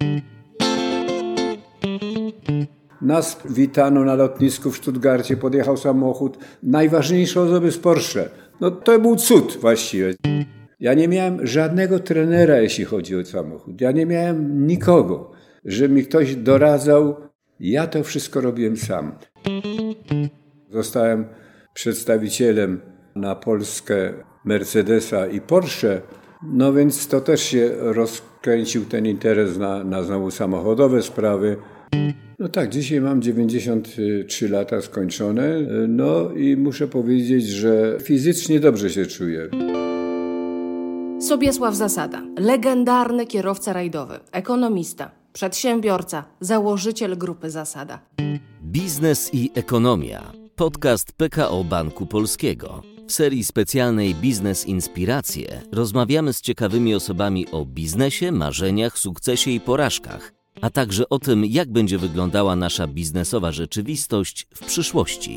Nas witano na lotnisku w Stuttgarcie, podjechał samochód. Najważniejsze osoby z Porsche. No to był cud właściwie. Ja nie miałem żadnego trenera, jeśli chodzi o samochód. Ja nie miałem nikogo, że mi ktoś doradzał. Ja to wszystko robiłem sam. Zostałem przedstawicielem na Polskę Mercedesa i Porsche, no więc to też się rozkręcił ten interes na znowu samochodowe sprawy. No tak, dzisiaj mam 93 lata skończone, no i muszę powiedzieć, że fizycznie dobrze się czuję. Sobiesław Zasada, legendarny kierowca rajdowy, ekonomista, przedsiębiorca, założyciel grupy Zasada. Biznes i ekonomia. Podcast PKO Banku Polskiego. W serii specjalnej Biznes Inspiracje rozmawiamy z ciekawymi osobami o biznesie, marzeniach, sukcesie i porażkach, a także o tym, jak będzie wyglądała nasza biznesowa rzeczywistość w przyszłości.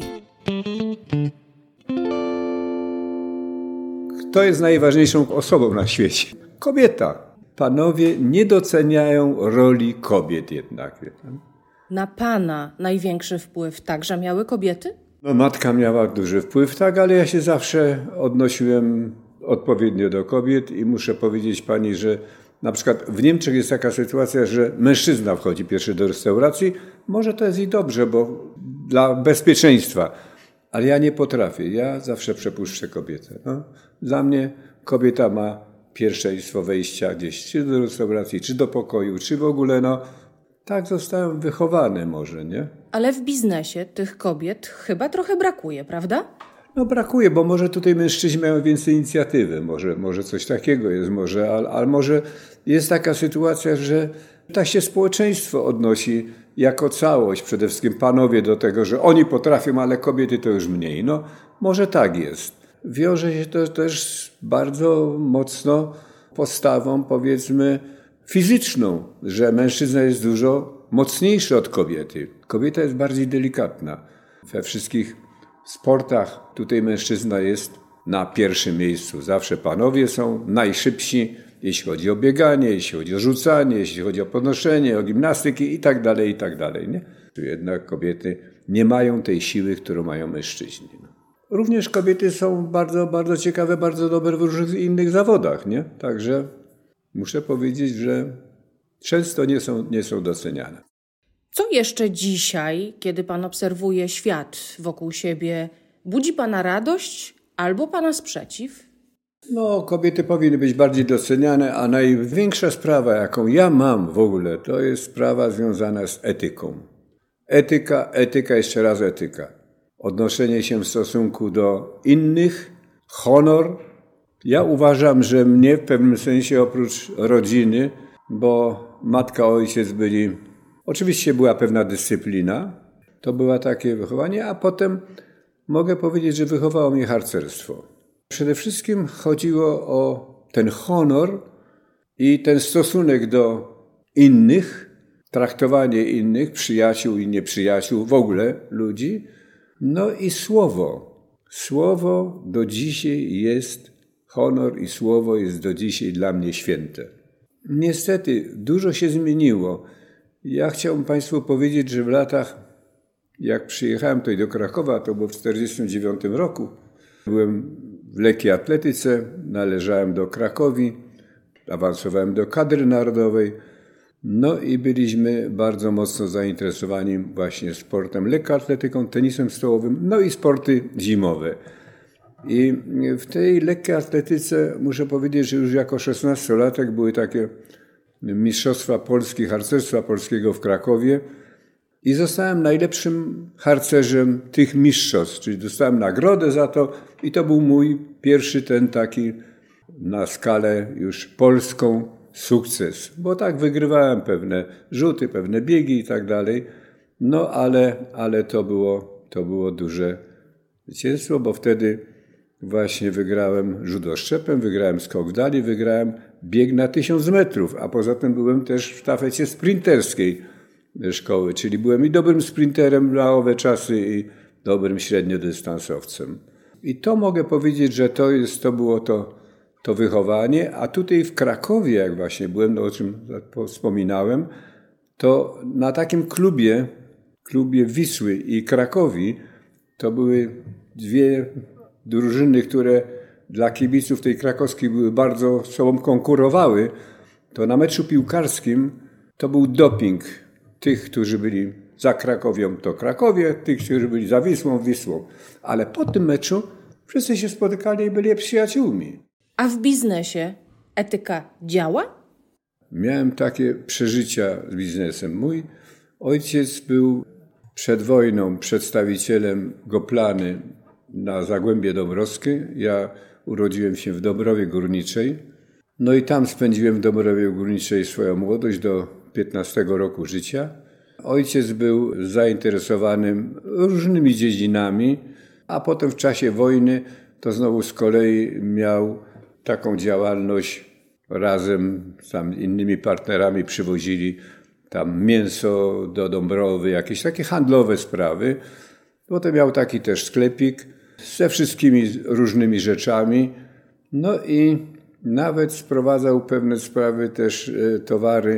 Kto jest najważniejszą osobą na świecie? Kobieta. Panowie nie doceniają roli kobiet jednak. Na pana największy wpływ także miały kobiety? No, matka miała duży wpływ, tak, ale ja się zawsze odnosiłem odpowiednio do kobiet i muszę powiedzieć pani, że na przykład w Niemczech jest taka sytuacja, że mężczyzna wchodzi pierwszy do restauracji. Może to jest i dobrze, bo dla bezpieczeństwa. Ale ja nie potrafię. Ja zawsze przepuszczę kobietę. No. Dla mnie kobieta ma pierwszeństwo wejścia gdzieś, czy do restauracji, czy do pokoju, czy w ogóle, no. Tak zostałem wychowany może, nie? Ale w biznesie tych kobiet chyba trochę brakuje, prawda? No brakuje, bo może tutaj mężczyźni mają więcej inicjatywy, może coś takiego jest, ale może jest taka sytuacja, że tak się społeczeństwo odnosi jako całość, przede wszystkim panowie do tego, że oni potrafią, ale kobiety to już mniej. No może tak jest. Wiąże się to też bardzo mocno postawą, powiedzmy, fizyczną, że mężczyzna jest dużo mocniejszy od kobiety. Kobieta jest bardziej delikatna. We wszystkich sportach tutaj mężczyzna jest na pierwszym miejscu. Zawsze panowie są najszybsi, jeśli chodzi o bieganie, jeśli chodzi o rzucanie, jeśli chodzi o podnoszenie, o gimnastyki i tak dalej, nie? Jednak kobiety nie mają tej siły, którą mają mężczyźni. Również kobiety są bardzo, bardzo ciekawe, bardzo dobre w różnych innych zawodach, nie? Także muszę powiedzieć, że często nie są doceniane. Co jeszcze dzisiaj, kiedy pan obserwuje świat wokół siebie, budzi pana radość albo pana sprzeciw? No, kobiety powinny być bardziej doceniane, a największa sprawa, jaką ja mam w ogóle, to jest sprawa związana z etyką. Etyka, jeszcze raz etyka. Odnoszenie się w stosunku do innych, honor. Ja uważam, że mnie w pewnym sensie oprócz rodziny, bo matka, ojciec byli... Oczywiście była pewna dyscyplina, to było takie wychowanie, a potem mogę powiedzieć, że wychowało mnie harcerstwo. Przede wszystkim chodziło o ten honor i ten stosunek do innych, traktowanie innych, przyjaciół i nieprzyjaciół, w ogóle ludzi. No i słowo. Słowo do dzisiaj jest, honor i słowo jest do dzisiaj dla mnie święte. Niestety dużo się zmieniło. Ja chciałbym Państwu powiedzieć, że w latach, jak przyjechałem tutaj do Krakowa, to było w 1949 roku, byłem w lekkiej atletyce, należałem do Krakowi, awansowałem do kadry narodowej, no i byliśmy bardzo mocno zainteresowani właśnie sportem, lekkoatletyką, tenisem stołowym, no i sporty zimowe. I w tej lekkiej atletyce muszę powiedzieć, że już jako 16-latek były takie Mistrzostwa Polski, harcerstwa polskiego w Krakowie i zostałem najlepszym harcerzem tych mistrzostw, czyli dostałem nagrodę za to i to był mój pierwszy ten taki na skalę już polską sukces, bo tak wygrywałem pewne rzuty, pewne biegi i tak dalej, no ale to było duże zwycięstwo, bo wtedy właśnie wygrałem rzut oszczepem, wygrałem skok w dali, wygrałem bieg na 1000 metrów, a poza tym byłem też w sztafecie sprinterskiej szkoły, czyli byłem i dobrym sprinterem na owe czasy i dobrym średniodystansowcem. I to mogę powiedzieć, że to było to wychowanie, a tutaj w Krakowie, jak właśnie byłem, o czym wspominałem, to na takim klubie Wisły i Krakowi, to były dwie drużyny, które dla kibiców tej krakowskiej były bardzo sobą konkurowały, to na meczu piłkarskim to był doping tych, którzy byli za Krakowią, to Krakowie, tych, którzy byli za Wisłą, Wisłą. Ale po tym meczu wszyscy się spotykali i byli przyjaciółmi. A w biznesie etyka działa? Miałem takie przeżycia z biznesem. Mój ojciec był przed wojną przedstawicielem Goplany na Zagłębie Dąbrowskie. Ja urodziłem się w Dąbrowie Górniczej. No i tam spędziłem w Dąbrowie Górniczej swoją młodość do 15 roku życia. Ojciec był zainteresowanym różnymi dziedzinami, a potem w czasie wojny to znowu z kolei miał taką działalność razem z tam innymi partnerami przywozili tam mięso do Dąbrowy, jakieś takie handlowe sprawy. Potem miał taki też sklepik ze wszystkimi różnymi rzeczami. No i nawet sprowadzał pewne sprawy też towary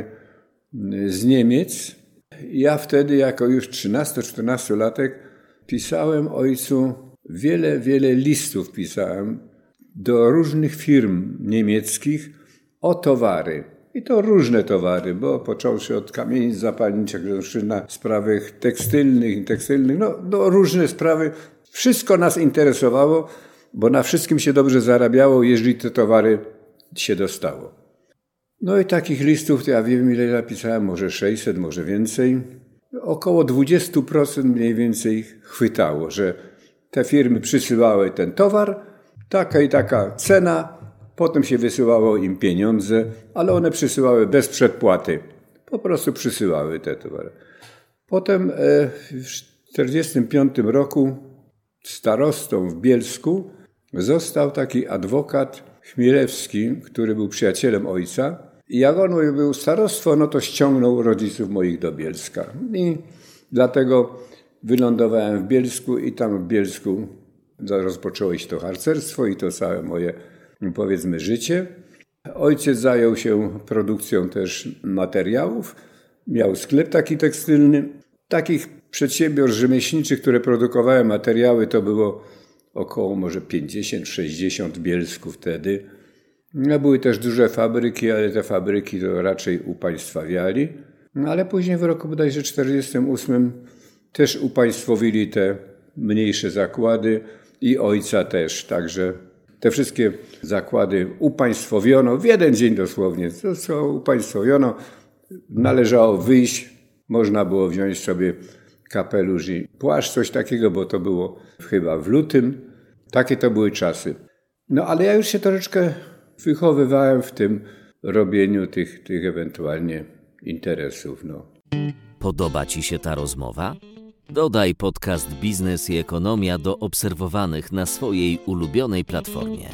z Niemiec. Ja wtedy jako już 13-14-latek pisałem ojcu wiele listów pisałem do różnych firm niemieckich o towary. I to różne towary, bo począwszy od kamienic zapalniczych, na sprawy tekstylnych, no różne sprawy. Wszystko nas interesowało, bo na wszystkim się dobrze zarabiało, jeżeli te towary się dostało. No i takich listów, to ja wiem ile napisałem, może 600, może więcej. Około 20% mniej więcej chwytało, że te firmy przysyłały ten towar, taka i taka cena, potem się wysyłało im pieniądze, ale one przysyłały bez przedpłaty. Po prostu przysyłały te towary. Potem w 1945 roku starostą w Bielsku został taki adwokat Chmielewski, który był przyjacielem ojca. I jak on był starostwo, no to ściągnął rodziców moich do Bielska. I dlatego wylądowałem w Bielsku i tam w Bielsku rozpoczęło się to harcerstwo i to całe moje, powiedzmy, życie. Ojciec zajął się produkcją też materiałów. Miał sklep taki tekstylny. Takich przedsiębiorstw rzemieślniczych, które produkowały materiały, to było około może 50-60 w Bielsku wtedy. No, były też duże fabryki, ale te fabryki to raczej upaństwawiali. No, ale później w roku bodajże 1948 też upaństwowili te mniejsze zakłady i ojca też. Także te wszystkie zakłady upaństwowiono w jeden dzień dosłownie. To, co upaństwowiono, należało wyjść. Można było wziąć sobie kapelusz i płaszcz, coś takiego, bo to było chyba w lutym. Takie to były czasy. No ale ja już się troszeczkę wychowywałem w tym robieniu tych ewentualnie interesów. No. Podoba Ci się ta rozmowa? Dodaj podcast Biznes i Ekonomia do obserwowanych na swojej ulubionej platformie.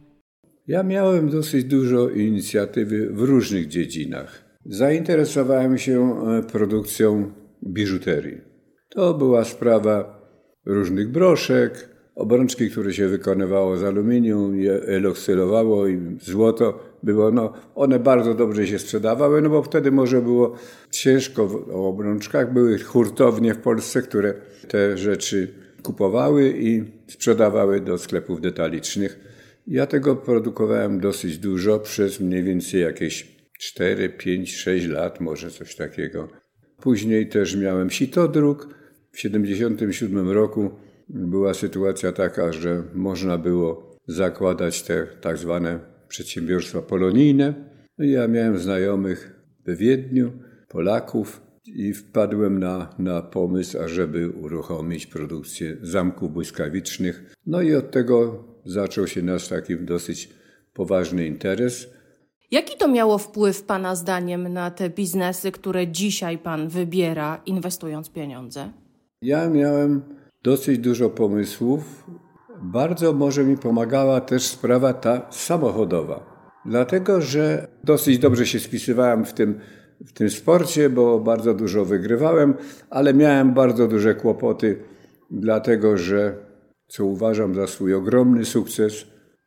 Ja miałem dosyć dużo inicjatywy w różnych dziedzinach. Zainteresowałem się produkcją biżuterii. To była sprawa różnych broszek, obrączki, które się wykonywało z aluminium, je eloksylowało i złoto było, no one bardzo dobrze się sprzedawały, no bo wtedy może było ciężko o obrączkach. Były hurtownie w Polsce, które te rzeczy kupowały i sprzedawały do sklepów detalicznych. Ja tego produkowałem dosyć dużo przez mniej więcej jakieś 4, 5, 6 lat, może coś takiego. Później też miałem sitodruk. W 1977 roku była sytuacja taka, że można było zakładać te tak zwane przedsiębiorstwa polonijne. Ja miałem znajomych we Wiedniu, Polaków i wpadłem na pomysł, ażeby uruchomić produkcję zamków błyskawicznych. No i od tego zaczął się nasz taki dosyć poważny interes. Jaki to miało wpływ Pana zdaniem na te biznesy, które dzisiaj Pan wybiera, inwestując pieniądze? Ja miałem dosyć dużo pomysłów. Bardzo może mi pomagała też sprawa ta samochodowa. Dlatego, że dosyć dobrze się spisywałem w tym sporcie, bo bardzo dużo wygrywałem, ale miałem bardzo duże kłopoty, dlatego że, co uważam za swój ogromny sukces,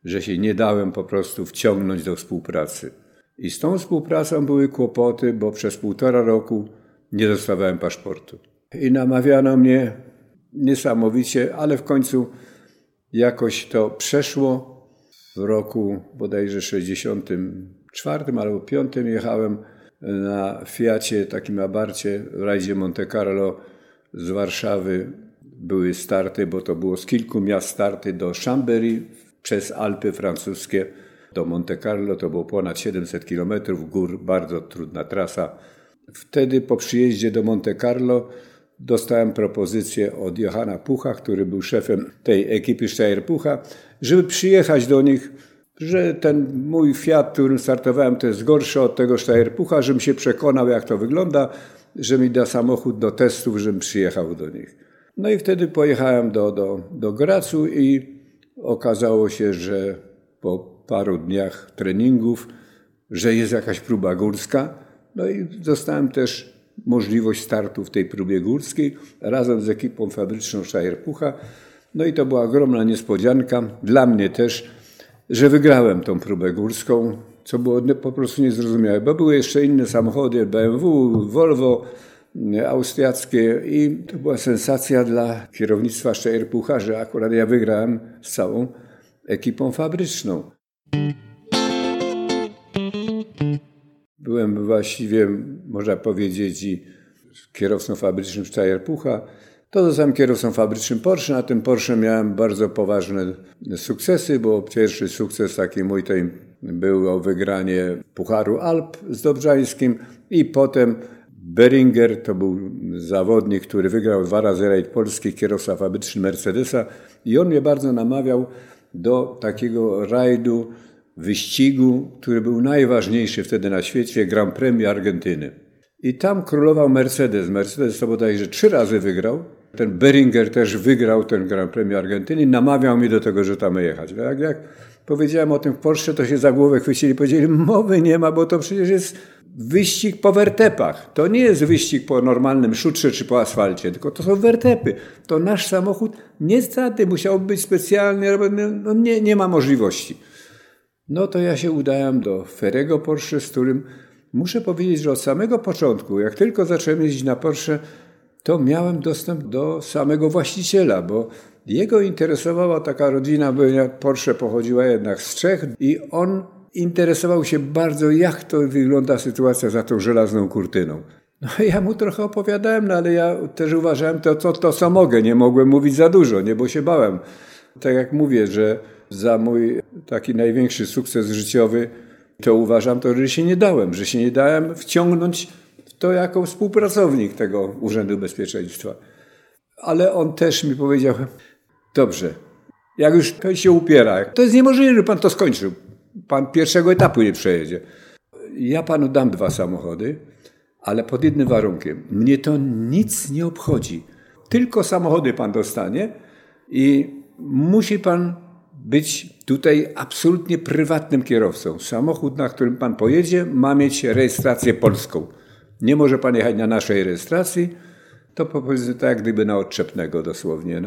że się nie dałem po prostu wciągnąć do współpracy. I z tą współpracą były kłopoty, bo przez 1,5 roku nie dostawałem paszportu. I namawiano mnie niesamowicie, ale w końcu jakoś to przeszło. W roku bodajże 64 albo 5 jechałem na Fiacie, takim Abarcie, w rajdzie Monte Carlo z Warszawy. Były starty, bo to było z kilku miast starty do Chambéry przez Alpy francuskie do Monte Carlo. To było ponad 700 kilometrów gór, bardzo trudna trasa. Wtedy po przyjeździe do Monte Carlo dostałem propozycję od Johanna Pucha, który był szefem tej ekipy Steyr-Pucha, żeby przyjechać do nich, że ten mój Fiat, którym startowałem, to jest gorszy od tego Steyr-Pucha, żebym się przekonał, jak to wygląda, że mi da samochód do testów, żebym przyjechał do nich. No i wtedy pojechałem do Gracu i okazało się, że po paru dniach treningów, że jest jakaś próba górska. No i dostałem też możliwość startu w tej próbie górskiej razem z ekipą fabryczną Steyr-Pucha. No i to była ogromna niespodzianka dla mnie też, że wygrałem tą próbę górską, co było po prostu niezrozumiałe, bo były jeszcze inne samochody, BMW, Volvo, austriackie i to była sensacja dla kierownictwa Steyr-Pucha, że akurat ja wygrałem z całą ekipą fabryczną. Byłem właściwie, można powiedzieć, i kierowcą fabrycznym Steyr-Pucha. To zostałem kierowcą fabrycznym Porsche. Na tym Porsche miałem bardzo poważne sukcesy, bo pierwszy sukces taki mój to było wygranie Pucharu Alp z Dobrzańskim i potem Beringer, to był zawodnik, który wygrał 2 razy rajd polski, kierowca fabryczny Mercedesa i on mnie bardzo namawiał do takiego rajdu, wyścigu, który był najważniejszy wtedy na świecie, Grand Prix Argentyny. I tam królował Mercedes. Mercedes to bodajże 3 razy wygrał. Ten Beringer też wygrał ten Grand Prix Argentyny i namawiał mnie do tego, że tam jechać. Jak powiedziałem o tym w Porsche, to się za głowę chwycili i powiedzieli, mowy nie ma, bo to przecież jest wyścig po wertepach. To nie jest wyścig po normalnym szutrze czy po asfalcie, tylko to są wertepy. To nasz samochód niestety musiał być specjalny, no nie ma możliwości. No to ja się udałem do Ferrego Porsche, z którym muszę powiedzieć, że od samego początku, jak tylko zacząłem jeździć na Porsche, to miałem dostęp do samego właściciela, bo jego interesowała taka rodzina, bo Porsche pochodziła jednak z Czech i on interesował się bardzo, jak to wygląda sytuacja za tą żelazną kurtyną. No ja mu trochę opowiadałem, no ale ja też uważałem to co mogę, nie mogłem mówić za dużo, nie, bo się bałem. Tak jak mówię, że za mój taki największy sukces życiowy, to uważam to, że się nie dałem wciągnąć w to jako współpracownik tego Urzędu Bezpieczeństwa. Ale on też mi powiedział, dobrze, jak już to się upiera, to jest niemożliwe, żeby pan to skończył. Pan pierwszego etapu nie przejedzie. Ja panu dam 2 samochody, ale pod jednym warunkiem. Mnie to nic nie obchodzi. Tylko samochody pan dostanie i musi pan być tutaj absolutnie prywatnym kierowcą. Samochód, na którym pan pojedzie, ma mieć rejestrację polską. Nie może pan jechać na naszej rejestracji, to powiedzmy tak jak gdyby na odczepnego dosłownie.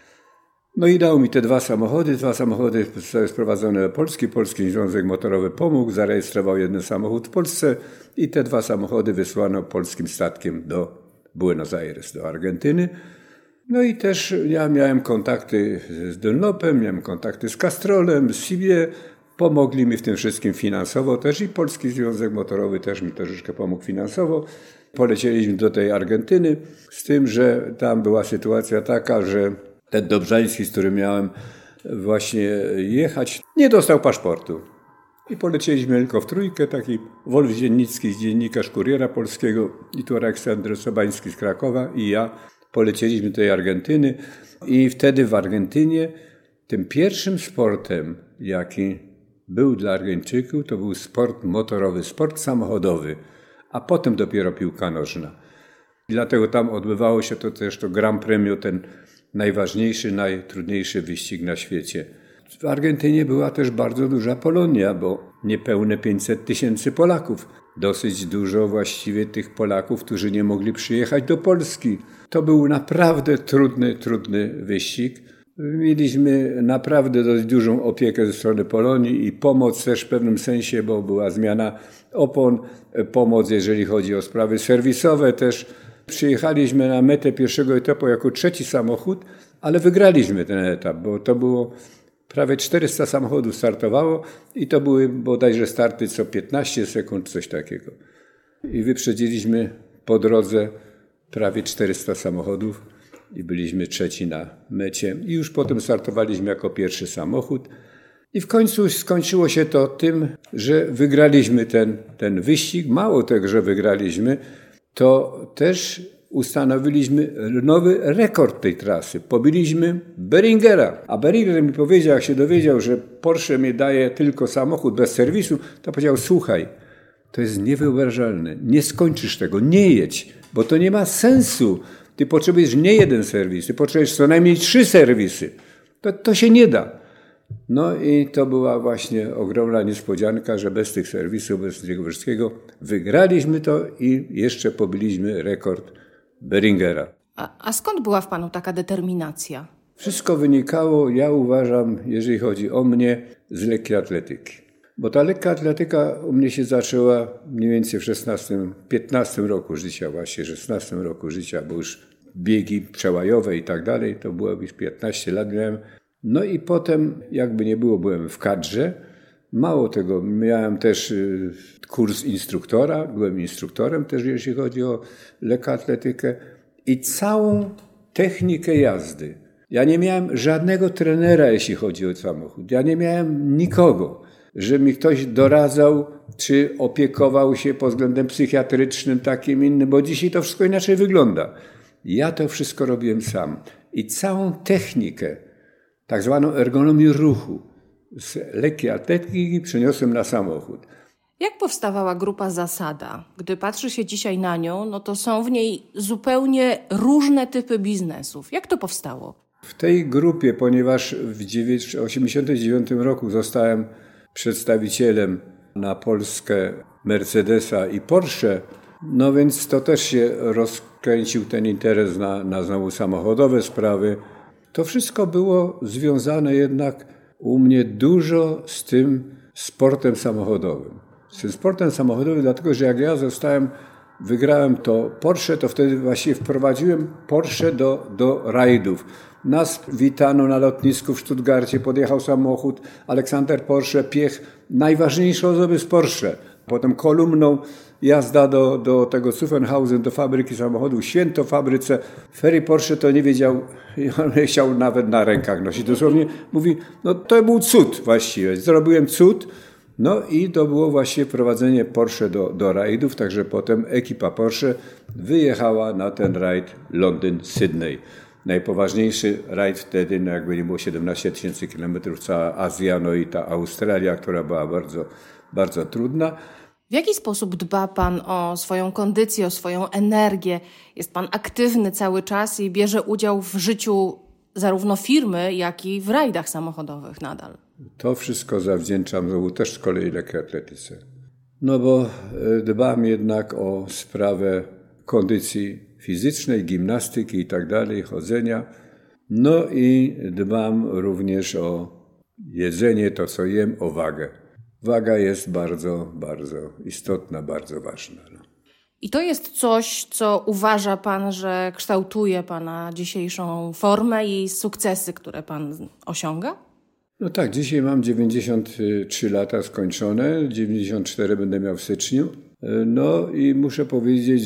No i dał mi te 2 samochody. 2 samochody zostały sprowadzone do Polski. Polski Związek Motorowy pomógł, zarejestrował jeden samochód w Polsce i te 2 samochody wysłano polskim statkiem do Buenos Aires, do Argentyny. No i też ja miałem kontakty z Dunlopem, miałem kontakty z Castrolem, z Sibie. Pomogli mi w tym wszystkim finansowo też i Polski Związek Motorowy też mi troszeczkę pomógł finansowo. Polecieliśmy do tej Argentyny, z tym, że tam była sytuacja taka, że ten Dobrzański, z którym miałem właśnie jechać, nie dostał paszportu. I polecieliśmy tylko w trójkę, taki Wolf Ziennicki, dziennikarz Kuriera Polskiego i tu Aleksander Sobański z Krakowa i ja. Polecieliśmy do tej Argentyny i wtedy w Argentynie tym pierwszym sportem, jaki był dla Argentyków, to był sport motorowy, sport samochodowy, a potem dopiero piłka nożna. I dlatego tam odbywało się to też to Grand Premio, ten najważniejszy, najtrudniejszy wyścig na świecie. W Argentynie była też bardzo duża Polonia, bo niespełna 500 000 Polaków. Dosyć dużo właściwie tych Polaków, którzy nie mogli przyjechać do Polski. To był naprawdę trudny wyścig. Mieliśmy naprawdę dość dużą opiekę ze strony Polonii i pomoc też w pewnym sensie, bo była zmiana opon, pomoc jeżeli chodzi o sprawy serwisowe też. Przyjechaliśmy na metę pierwszego etapu jako 3. samochód, ale wygraliśmy ten etap, bo to było prawie 400 samochodów startowało i to były bodajże starty co 15 sekund, coś takiego. I wyprzedziliśmy po drodze prawie 400 samochodów i byliśmy 3. na mecie. I już potem startowaliśmy jako 1. samochód. I w końcu skończyło się to tym, że wygraliśmy ten wyścig. Mało tego, że wygraliśmy, to też ustanowiliśmy nowy rekord tej trasy. Pobiliśmy Beringera. A Beringer mi powiedział, jak się dowiedział, że Porsche mi daje tylko samochód bez serwisu, to powiedział: słuchaj, to jest niewyobrażalne. Nie skończysz tego, nie jedź, bo to nie ma sensu. Ty potrzebujesz nie 1 serwis, ty potrzebujesz co najmniej 3 serwisy. To się nie da. No i to była właśnie ogromna niespodzianka, że bez tych serwisów, bez tego wszystkiego wygraliśmy to i jeszcze pobiliśmy rekord Beringera. A skąd była w panu taka determinacja? Wszystko wynikało, ja uważam, jeżeli chodzi o mnie, z lekkiej atletyki. Bo ta lekka atletyka u mnie się zaczęła mniej więcej w 15 roku życia, właśnie 16 roku życia, bo już biegi przełajowe i tak dalej, to było już 15 lat miałem. No i potem, jakby nie było, byłem w kadrze. Mało tego, miałem też kurs instruktora, byłem instruktorem też, jeśli chodzi o lekkoatletykę i całą technikę jazdy. Ja nie miałem żadnego trenera, jeśli chodzi o samochód. Ja nie miałem nikogo, że mi ktoś doradzał, czy opiekował się pod względem psychiatrycznym, takim innym, bo dzisiaj to wszystko inaczej wygląda. Ja to wszystko robiłem sam. I całą technikę, tak zwaną ergonomię ruchu, z lekkiej atletyki przeniosłem na samochód. Jak powstawała grupa Zasada? Gdy patrzy się dzisiaj na nią, no to są w niej zupełnie różne typy biznesów. Jak to powstało? W tej grupie, ponieważ w 1989 roku zostałem przedstawicielem na Polskę Mercedesa i Porsche, no więc to też się rozkręcił ten interes na znowu samochodowe sprawy. To wszystko było związane jednak u mnie dużo z tym sportem samochodowym. Z tym sportem samochodowym, dlatego że jak ja wygrałem to Porsche, to wtedy właściwie wprowadziłem Porsche do rajdów. Nas witano na lotnisku w Stuttgarcie, podjechał samochód, Aleksander Porsche, Piech, najważniejsze osoby z Porsche. Potem kolumną jazda do tego Zuffenhausen, do fabryki samochodów, święto w fabryce. Ferry Porsche to nie wiedział, on nie chciał nawet na rękach nosić. Dosłownie mówi, no to był cud właściwie. Zrobiłem cud. No i to było właśnie wprowadzenie Porsche do rajdów, także potem ekipa Porsche wyjechała na ten rajd Londyn-Sydney. Najpoważniejszy rajd wtedy, no jakby nie było 17 000 kilometrów, cała Azja, no i ta Australia, która była bardzo, bardzo trudna. W jaki sposób dba pan o swoją kondycję, o swoją energię? Jest pan aktywny cały czas i bierze udział w życiu zarówno firmy, jak i w rajdach samochodowych nadal. To wszystko zawdzięczam znowu też z kolei lekkiej atletyce. No bo dbam jednak o sprawę kondycji fizycznej, gimnastyki i tak dalej, chodzenia. No i dbam również o jedzenie, to co jem, o wagę. Waga jest bardzo, bardzo istotna, bardzo ważna. I to jest coś, co uważa pan, że kształtuje pana dzisiejszą formę i sukcesy, które pan osiąga? No tak, dzisiaj mam 93 lata skończone, 94 będę miał w styczniu. No i muszę powiedzieć,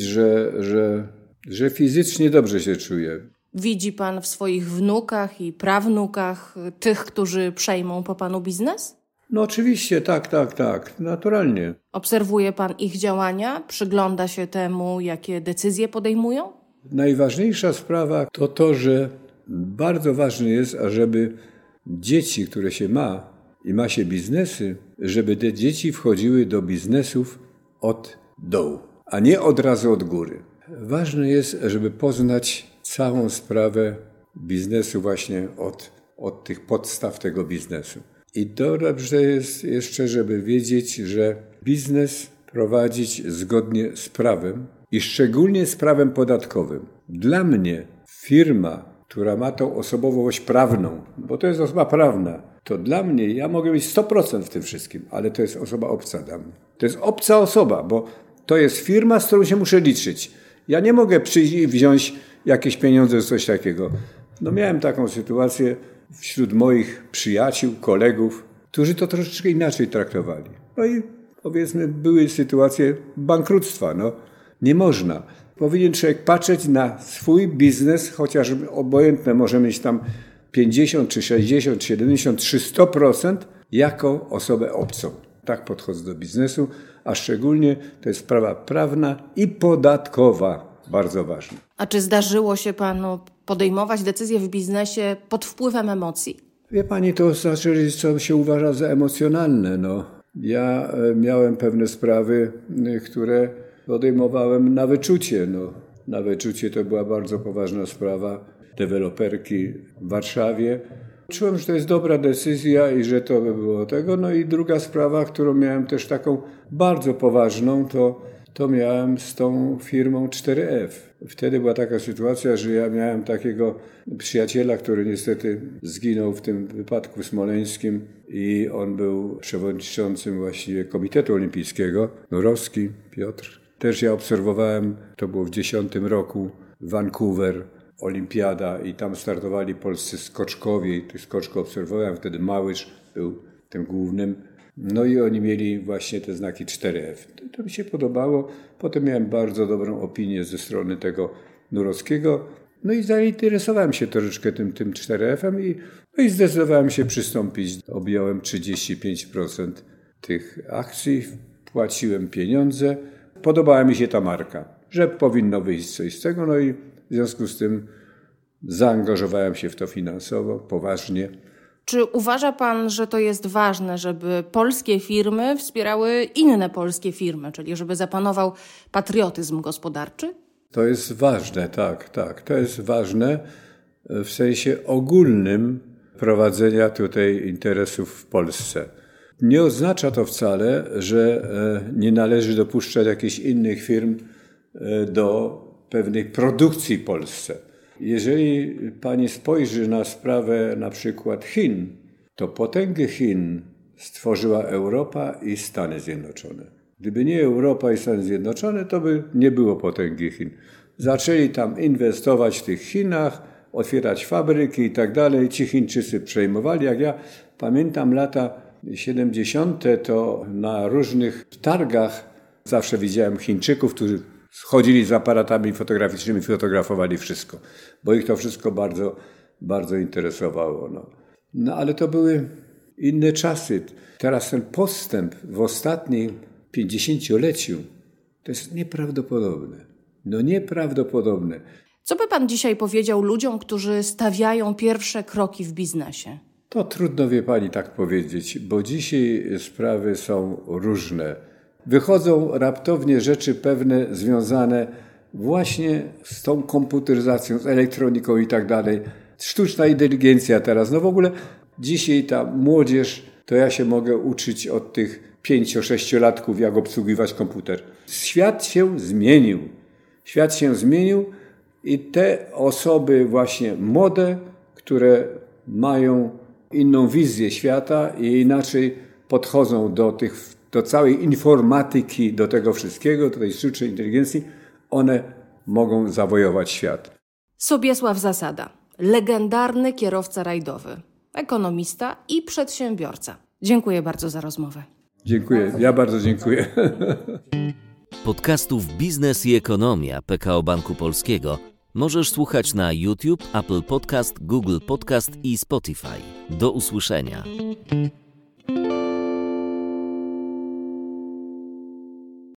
że fizycznie dobrze się czuję. Widzi pan w swoich wnukach i prawnukach tych, którzy przejmą po panu biznes? No oczywiście, tak, naturalnie. Obserwuje pan ich działania? Przygląda się temu, jakie decyzje podejmują? Najważniejsza sprawa to to, że bardzo ważne jest, ażeby dzieci, które się ma i ma się biznesy, żeby te dzieci wchodziły do biznesów od dołu, a nie od razu od góry. Ważne jest, żeby poznać całą sprawę biznesu właśnie od tych podstaw tego biznesu. I dobrze jest jeszcze, żeby wiedzieć, że biznes prowadzić zgodnie z prawem i szczególnie z prawem podatkowym. Dla mnie firma która ma tą osobowość prawną, bo to jest osoba prawna, to dla mnie, ja mogę mieć 100% w tym wszystkim, ale to jest osoba obca dla mnie. To jest obca osoba, bo to jest firma, z którą się muszę liczyć. Ja nie mogę przyjść i wziąć jakieś pieniądze czy coś takiego. No miałem taką sytuację wśród moich przyjaciół, kolegów, którzy to troszeczkę inaczej traktowali. No i powiedzmy, były sytuacje bankructwa. No, nie można. Powinien człowiek patrzeć na swój biznes, chociaż obojętne może mieć tam 50 czy 60, 70 czy 100% jako osobę obcą. Tak podchodzę do biznesu, a szczególnie to jest sprawa prawna i podatkowa, bardzo ważna. A czy zdarzyło się panu podejmować decyzje w biznesie pod wpływem emocji? Wie pani, to znaczy, co się uważa za emocjonalne. No, ja miałem pewne sprawy, które podejmowałem na wyczucie. No, na wyczucie to była bardzo poważna sprawa deweloperki w Warszawie. Czułem, że to jest dobra decyzja i że to by było tego. No i druga sprawa, którą miałem też taką bardzo poważną, to miałem z tą firmą 4F. Wtedy była taka sytuacja, że ja miałem takiego przyjaciela, który niestety zginął w tym wypadku smoleńskim i on był przewodniczącym właściwie Komitetu Olimpijskiego. Nurowski, Piotr. Też ja obserwowałem, to było w 2010 roku, Vancouver, olimpiada i tam startowali polscy skoczkowie i tych skoczków obserwowałem. Wtedy Małysz był tym głównym. No i oni mieli właśnie te znaki 4F. To mi się podobało. Potem miałem bardzo dobrą opinię ze strony tego Nurowskiego. No i zainteresowałem się troszeczkę tym 4F-em i zdecydowałem się przystąpić. Objąłem 35% tych akcji, płaciłem pieniądze. Podobała mi się ta marka, że powinno wyjść coś z tego. No i w związku z tym zaangażowałem się w to finansowo, poważnie. Czy uważa pan, że to jest ważne, żeby polskie firmy wspierały inne polskie firmy, czyli żeby zapanował patriotyzm gospodarczy? To jest ważne, tak. To jest ważne w sensie ogólnym prowadzenia tutaj interesów w Polsce. Nie oznacza to wcale, że nie należy dopuszczać jakichś innych firm do pewnej produkcji w Polsce. Jeżeli pani spojrzy na sprawę na przykład Chin, to potęgę Chin stworzyła Europa i Stany Zjednoczone. Gdyby nie Europa i Stany Zjednoczone, to by nie było potęgi Chin. Zaczęli tam inwestować w tych Chinach, otwierać fabryki i tak dalej. Ci Chińczycy przejmowali. Jak ja pamiętam lata 70., to na różnych targach zawsze widziałem Chińczyków, którzy chodzili z aparatami fotograficznymi, fotografowali wszystko, bo ich to wszystko bardzo, bardzo interesowało. No ale to były inne czasy. Teraz ten postęp w ostatnim 50-leciu to jest nieprawdopodobne. Nieprawdopodobne. Co by pan dzisiaj powiedział ludziom, którzy stawiają pierwsze kroki w biznesie? To trudno, wie pani, tak powiedzieć, bo dzisiaj sprawy są różne. Wychodzą raptownie rzeczy pewne związane właśnie z tą komputeryzacją, z elektroniką i tak dalej. Sztuczna inteligencja teraz. No w ogóle dzisiaj ta młodzież, to ja się mogę uczyć od tych 5-6-latków, jak obsługiwać komputer. Świat się zmienił i te osoby właśnie młode, które mają inną wizję świata i inaczej podchodzą do całej informatyki, do tego wszystkiego, do tej sztucznej inteligencji, one mogą zawojować świat. Sobiesław Zasada, legendarny kierowca rajdowy, ekonomista i przedsiębiorca. Dziękuję bardzo za rozmowę. Dziękuję, ja bardzo dziękuję. Podcastów Biznes i Ekonomia PKO Banku Polskiego możesz słuchać na YouTube, Apple Podcast, Google Podcast i Spotify. Do usłyszenia.